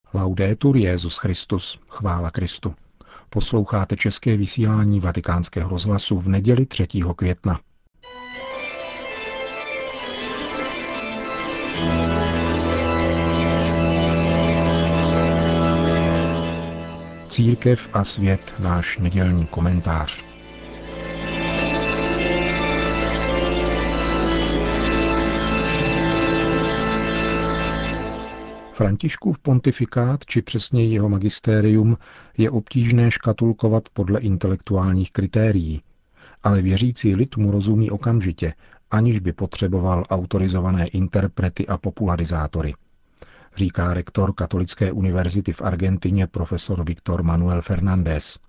Laudetur Jesus Christus, chvála Kristu. Posloucháte české vysílání Vatikánského rozhlasu v neděli 3. května. Církev a svět, náš nedělní komentář. Františkův pontifikát, či přesněji jeho magistérium, je obtížné škatulkovat podle intelektuálních kritérií, ale věřící lid mu rozumí okamžitě, aniž by potřeboval autorizované interprety a popularizátory, říká rektor Katolické univerzity v Argentině profesor Víctor Manuel Fernández.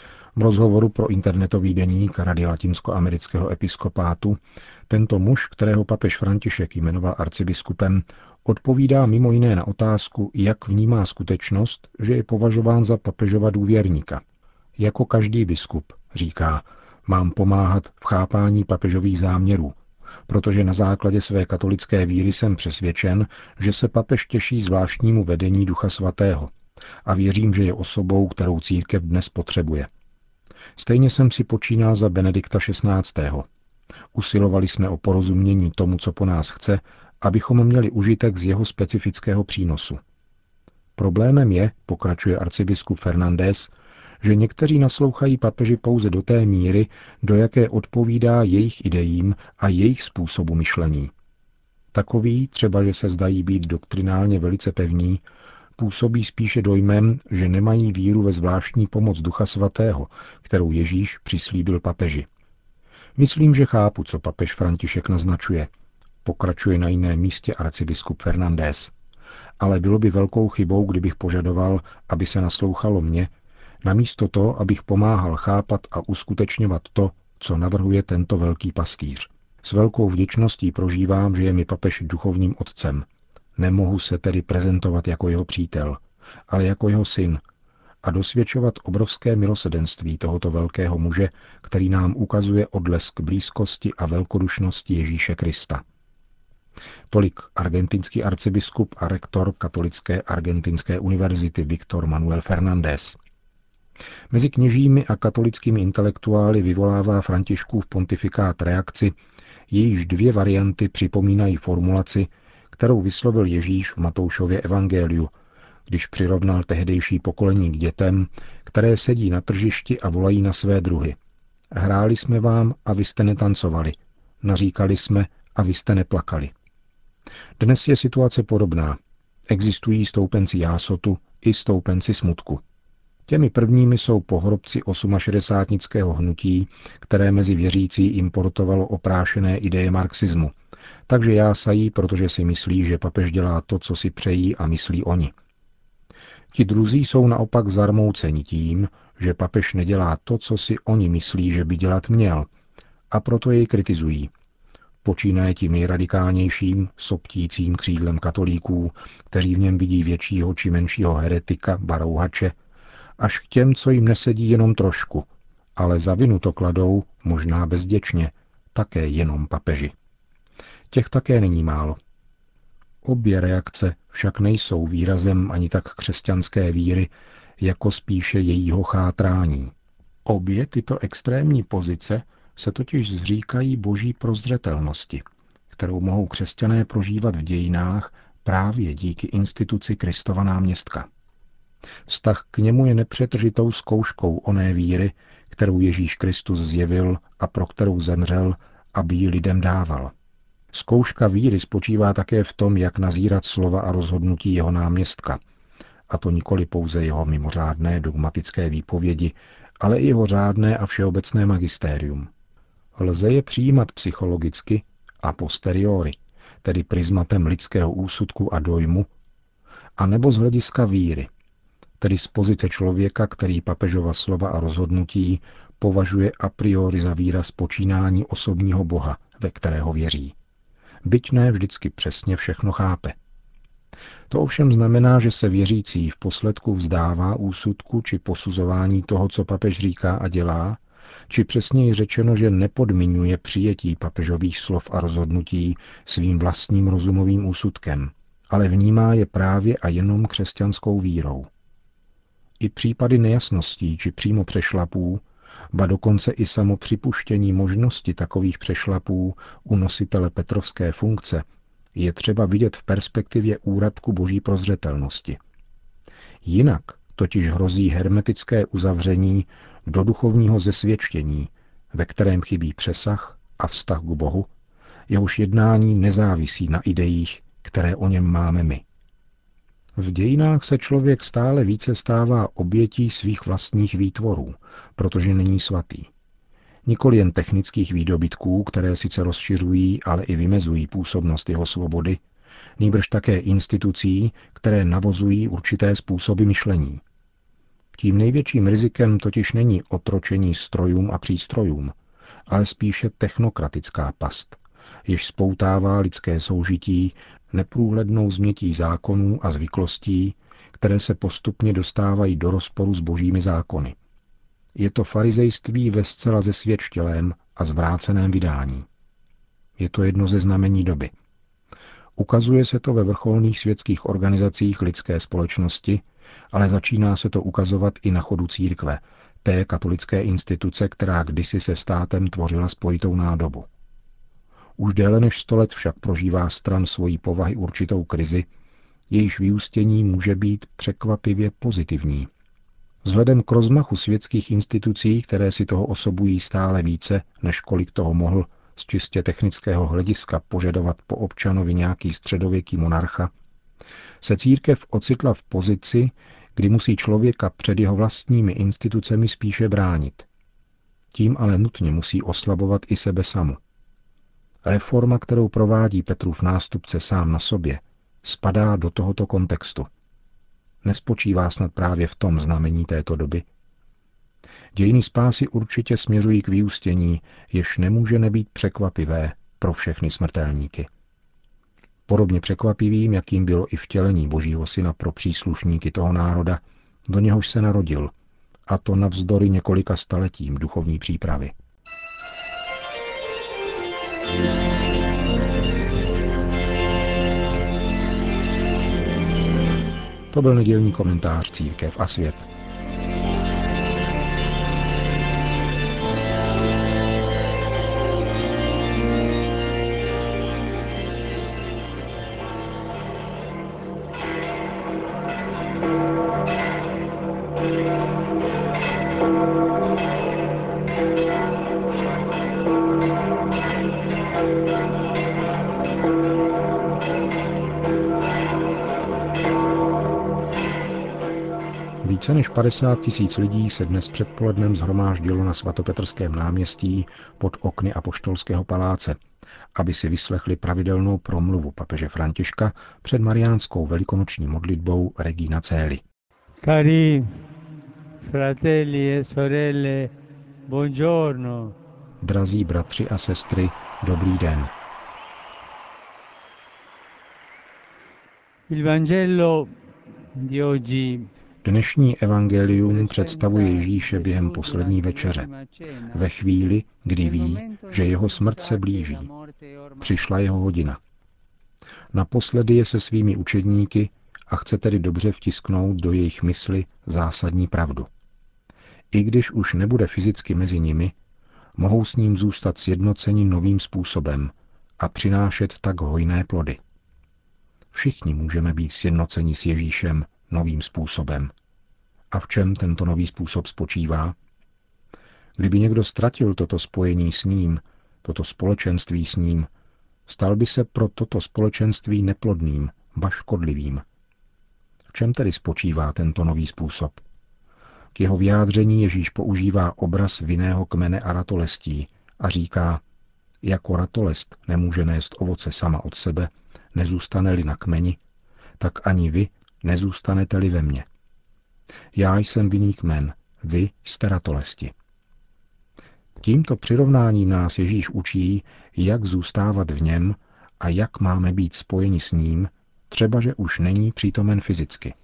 V rozhovoru pro internetový deník Rady latinskoamerického episkopátu tento muž, kterého papež František jmenoval arcibiskupem, odpovídá mimo jiné na otázku, jak vnímá skutečnost, že je považován za papežova důvěrníka. Jako každý biskup, říká, mám pomáhat v chápání papežových záměrů, protože na základě své katolické víry jsem přesvědčen, že se papež těší zvláštnímu vedení Ducha Svatého a věřím, že je osobou, kterou církev dnes potřebuje. Stejně jsem si počínal za Benedikta XVI. Usilovali jsme o porozumění tomu, co po nás chce, abychom měli užitek z jeho specifického přínosu. Problémem je, pokračuje arcibiskup Fernández, že někteří naslouchají papeži pouze do té míry, do jaké odpovídá jejich idejím a jejich způsobu myšlení. Takoví, třeba že se zdají být doktrinálně velice pevní, působí spíše dojmem, že nemají víru ve zvláštní pomoc Ducha Svatého, kterou Ježíš přislíbil papeži. Myslím, že chápu, co papež František naznačuje, pokračuje na jiném místě arcibiskup Fernández. Ale bylo by velkou chybou, kdybych požadoval, aby se naslouchalo mně, namísto toho, abych pomáhal chápat a uskutečňovat to, co navrhuje tento velký pastýř. S velkou vděčností prožívám, že je mi papež duchovním otcem. Nemohu se tedy prezentovat jako jeho přítel, ale jako jeho syn a dosvědčovat obrovské milosedenství tohoto velkého muže, který nám ukazuje odlesk blízkosti a velkodušnosti Ježíše Krista. Tolik argentinský arcibiskup a rektor Katolické argentinské univerzity Víctor Manuel Fernández. Mezi kněžími a katolickými intelektuály vyvolává Františkův pontifikát reakci, jejíž dvě varianty připomínají formulaci, kterou vyslovil Ježíš v Matoušově evangeliu, když přirovnal tehdejší pokolení k dětem, které sedí na tržišti a volají na své druhy. Hráli jsme vám a vy jste netancovali, naříkali jsme a vy jste neplakali. Dnes je situace podobná. Existují stoupenci jásotu i stoupenci smutku. Těmi prvními jsou pohrobci 68nického hnutí, které mezi věřící importovalo oprášené ideje marxismu. Takže jásají, protože si myslí, že papež dělá to, co si přejí a myslí oni. Ti druzí jsou naopak zarmouceni tím, že papež nedělá to, co si oni myslí, že by dělat měl, a proto jej kritizují. Počínaje tím nejradikálnějším, soptícím křídlem katolíků, kteří v něm vidí většího či menšího heretika, barouhače, až k těm, co jim nesedí jenom trošku, ale za vinu to kladou, možná bezděčně, také jenom papeži. Těch také není málo. Obě reakce však nejsou výrazem ani tak křesťanské víry, jako spíše jejího chátrání. Obě tyto extrémní pozice se totiž zříkají boží prozřetelnosti, kterou mohou křesťané prožívat v dějinách právě díky instituci Kristova náměstka. Vztah k němu je nepřetržitou zkouškou oné víry, kterou Ježíš Kristus zjevil a pro kterou zemřel, aby ji lidem dával. Zkouška víry spočívá také v tom, jak nazírat slova a rozhodnutí jeho náměstka, a to nikoli pouze jeho mimořádné dogmatické výpovědi, ale i jeho řádné a všeobecné magistérium. Lze je přijímat psychologicky a posteriori, tedy prismatem lidského úsudku a dojmu, a nebo z hlediska víry, tedy z pozice člověka, který papežova slova a rozhodnutí považuje a priori za výraz počínání osobního Boha, ve kterého věří. Byť ne vždycky přesně všechno chápe. To ovšem znamená, že se věřící v posledku vzdává úsudku či posuzování toho, co papež říká a dělá, či přesněji řečeno, že nepodmiňuje přijetí papežových slov a rozhodnutí svým vlastním rozumovým úsudkem, ale vnímá je právě a jenom křesťanskou vírou. I případy nejasností či přímo přešlapů, ba dokonce i samo připuštění možnosti takových přešlapů u nositele petrovské funkce je třeba vidět v perspektivě úradku boží prozřetelnosti. Jinak totiž hrozí hermetické uzavření do duchovního zesvědčení, ve kterém chybí přesah a vztah k Bohu, jehož jednání nezávisí na ideích, které o něm máme my. V dějinách se člověk stále více stává obětí svých vlastních výtvorů, protože není svatý. Nikoli jen technických výdobytků, které sice rozšiřují, ale i vymezují působnost jeho svobody, nýbrž také institucí, které navozují určité způsoby myšlení. Tím největším rizikem totiž není otročení strojům a přístrojům, ale spíše technokratická past, jež spoutává lidské soužití neprůhlednou změtí zákonů a zvyklostí, které se postupně dostávají do rozporu s božími zákony. Je to farizejství ve zcela zesvědčilém a zvráceném vydání. Je to jedno ze znamení doby. Ukazuje se to ve vrcholných světských organizacích lidské společnosti, ale začíná se to ukazovat i na chodu církve, té katolické instituce, která kdysi se státem tvořila spojitou nádobu. Už déle než 100 let však prožívá stran svojí povahy určitou krizi, jejíž vyústění může být překvapivě pozitivní. Vzhledem k rozmachu světských institucí, které si toho osobují stále více, než kolik toho mohl z čistě technického hlediska požadovat po občanovi nějaký středověký monarcha, se církev ocitla v pozici, kdy musí člověka před jeho vlastními institucemi spíše bránit. Tím ale nutně musí oslabovat i sebe samu. Reforma, kterou provádí Petrův nástupce sám na sobě, spadá do tohoto kontextu. Nespočívá snad právě v tom znamení této doby? Dějiny spásy určitě směřují k vyústění, jež nemůže nebýt překvapivé pro všechny smrtelníky. Podobně překvapivým, jakým bylo i vtělení Božího Syna pro příslušníky toho národa, do něhož se narodil, a to navzdory několika staletím duchovní přípravy. To byl nedělní komentář Církev a svět. Více než 50 000 lidí se dnes předpolednem shromáždilo na svatopetrském náměstí pod okny Apoštolského paláce, aby si vyslechli pravidelnou promluvu papeže Františka před mariánskou velikonoční modlitbou Regina Coeli. Cari fratelli e sorelle, buongiorno. Drazí bratři a sestry, dobrý den. Il Vangelo di oggi Dnešní evangelium představuje Ježíše během poslední večeře, ve chvíli, kdy ví, že jeho smrt se blíží. Přišla jeho hodina. Naposledy je se svými učedníky a chce tedy dobře vtisknout do jejich mysli zásadní pravdu. I když už nebude fyzicky mezi nimi, mohou s ním zůstat sjednoceni novým způsobem a přinášet tak hojné plody. Všichni můžeme být sjednoceni s Ježíšem novým způsobem. A v čem tento nový způsob spočívá? Kdyby někdo ztratil toto spojení s ním, toto společenství s ním, stal by se pro toto společenství neplodným, ba škodlivým. V čem tedy spočívá tento nový způsob? K jeho vyjádření Ježíš používá obraz vinného kmene a ratolestí a říká, jako ratolest nemůže nést ovoce sama od sebe, nezůstane-li na kmeni, tak ani vy nezůstanete-li ve mně. Já jsem vinný kmen, vy jste ratolesti. Tímto přirovnáním nás Ježíš učí, jak zůstávat v něm a jak máme být spojeni s ním, třeba že už není přítomen fyzicky.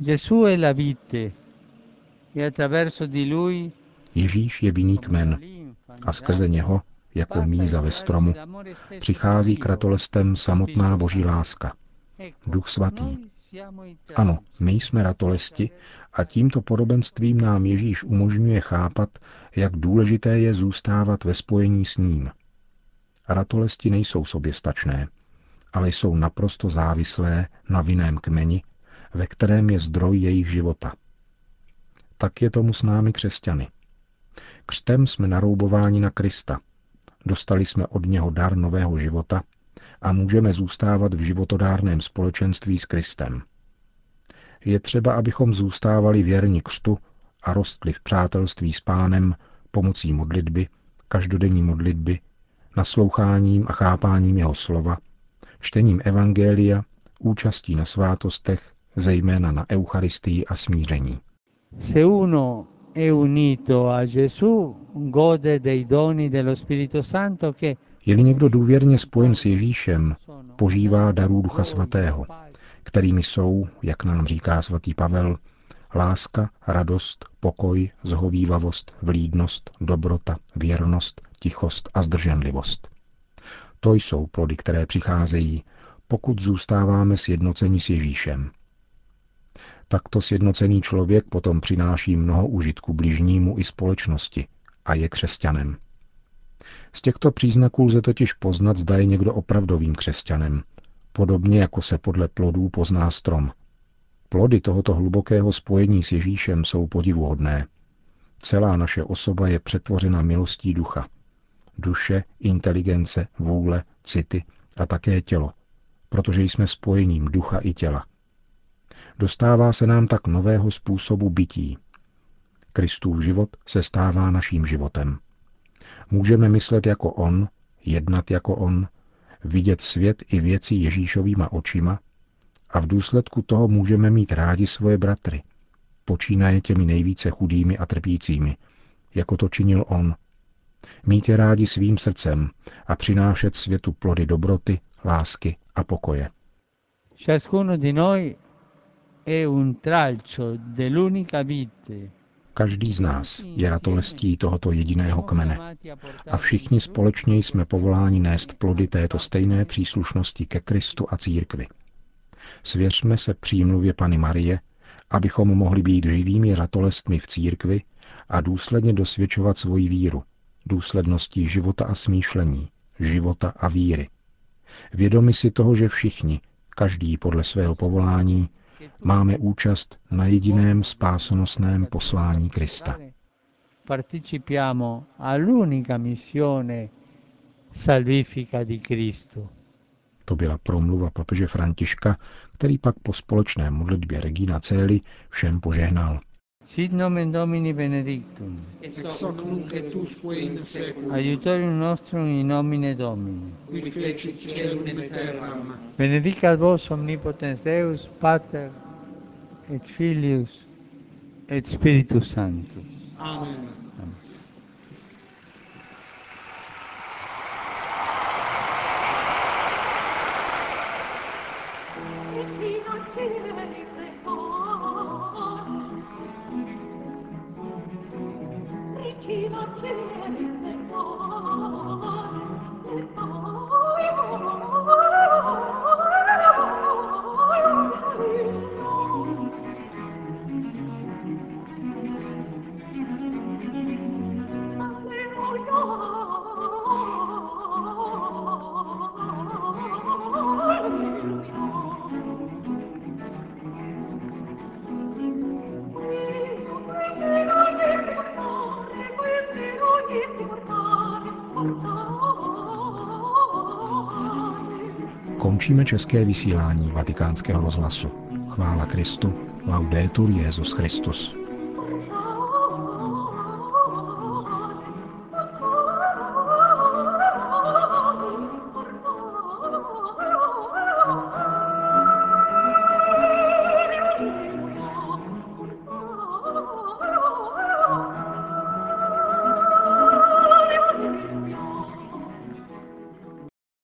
Ježíš je vinný kmen a skrze něho, jako míza ve stromu, přichází k ratolestem samotná boží láska, Duch svatý. Ano, my jsme ratolesti a tímto podobenstvím nám Ježíš umožňuje chápat, jak důležité je zůstávat ve spojení s ním. Ratolesti nejsou soběstačné, ale jsou naprosto závislé na vinném kmeni, ve kterém je zdroj jejich života. Tak je tomu s námi křesťany. Křtem jsme naroubováni na Krista. Dostali jsme od něho dar nového života a můžeme zůstávat v životodárném společenství s Kristem. Je třeba, abychom zůstávali věrni křtu a rostli v přátelství s Pánem pomocí modlitby, každodenní modlitby, nasloucháním a chápáním jeho slova, čtením evangelia, účastí na svátostech, zejména na Eucharistii a smíření. Se uno è unito a Gesù, gode dei doni dello Spirito Santo che Je-li někdo důvěrně spojen s Ježíšem, požívá darů Ducha Svatého, kterými jsou, jak nám říká svatý Pavel, láska, radost, pokoj, zhovívavost, vlídnost, dobrota, věrnost, tichost a zdrženlivost. To jsou plody, které přicházejí, pokud zůstáváme sjednoceni s Ježíšem. Takto sjednocený člověk potom přináší mnoho užitku bližnímu i společnosti a je křesťanem. Z těchto příznaků lze totiž poznat, zda je někdo opravdovým křesťanem, podobně jako se podle plodů pozná strom. Plody tohoto hlubokého spojení s Ježíšem jsou podivuhodné. Celá naše osoba je přetvořena milostí ducha. Duše, inteligence, vůle, city a také tělo, protože jsme spojením ducha i těla. Dostává se nám tak nového způsobu bytí. Kristův život se stává naším životem. Můžeme myslet jako on, jednat jako on, vidět svět i věci Ježíšovýma očima a v důsledku toho můžeme mít rádi svoje bratry, počínaje těmi nejvíce chudými a trpícími, jako to činil on. Mít je rádi svým srdcem a přinášet světu plody dobroty, lásky a pokoje. ciascuno di noi è un tralcio dell'unica vite. Každý z nás je ratolestí tohoto jediného kmene a všichni společně jsme povoláni nést plody této stejné příslušnosti ke Kristu a církvi. Svěřme se přímluvě Panny Marie, abychom mohli být živými ratolestmi v církvi a důsledně dosvědčovat svoji víru, důsledností života a smýšlení, života a víry. Vědomi si toho, že všichni, každý podle svého povolání, máme účast na jediném spásonosném poslání Krista. Partecipiamo all'unica missione salvifica di Cristo. To byla promluva papeže Františka, který pak po společné modlitbě Regina Coeli všem požehnal. Sit nomen Domini benedictum. Ex hoc nunc et usque in seculum. Aiutorium nostrum in nomine Domini. Qui fecit caelum et terram. Benedicat vos omnipotens Deus, Pater et Filius et Spiritus Sanctus. Amen. Regina Coeli peccavi, Regina Coeli Končíme české vysílání Vatikánského rozhlasu. Chvála Kristu, laudetur Jesus Christus.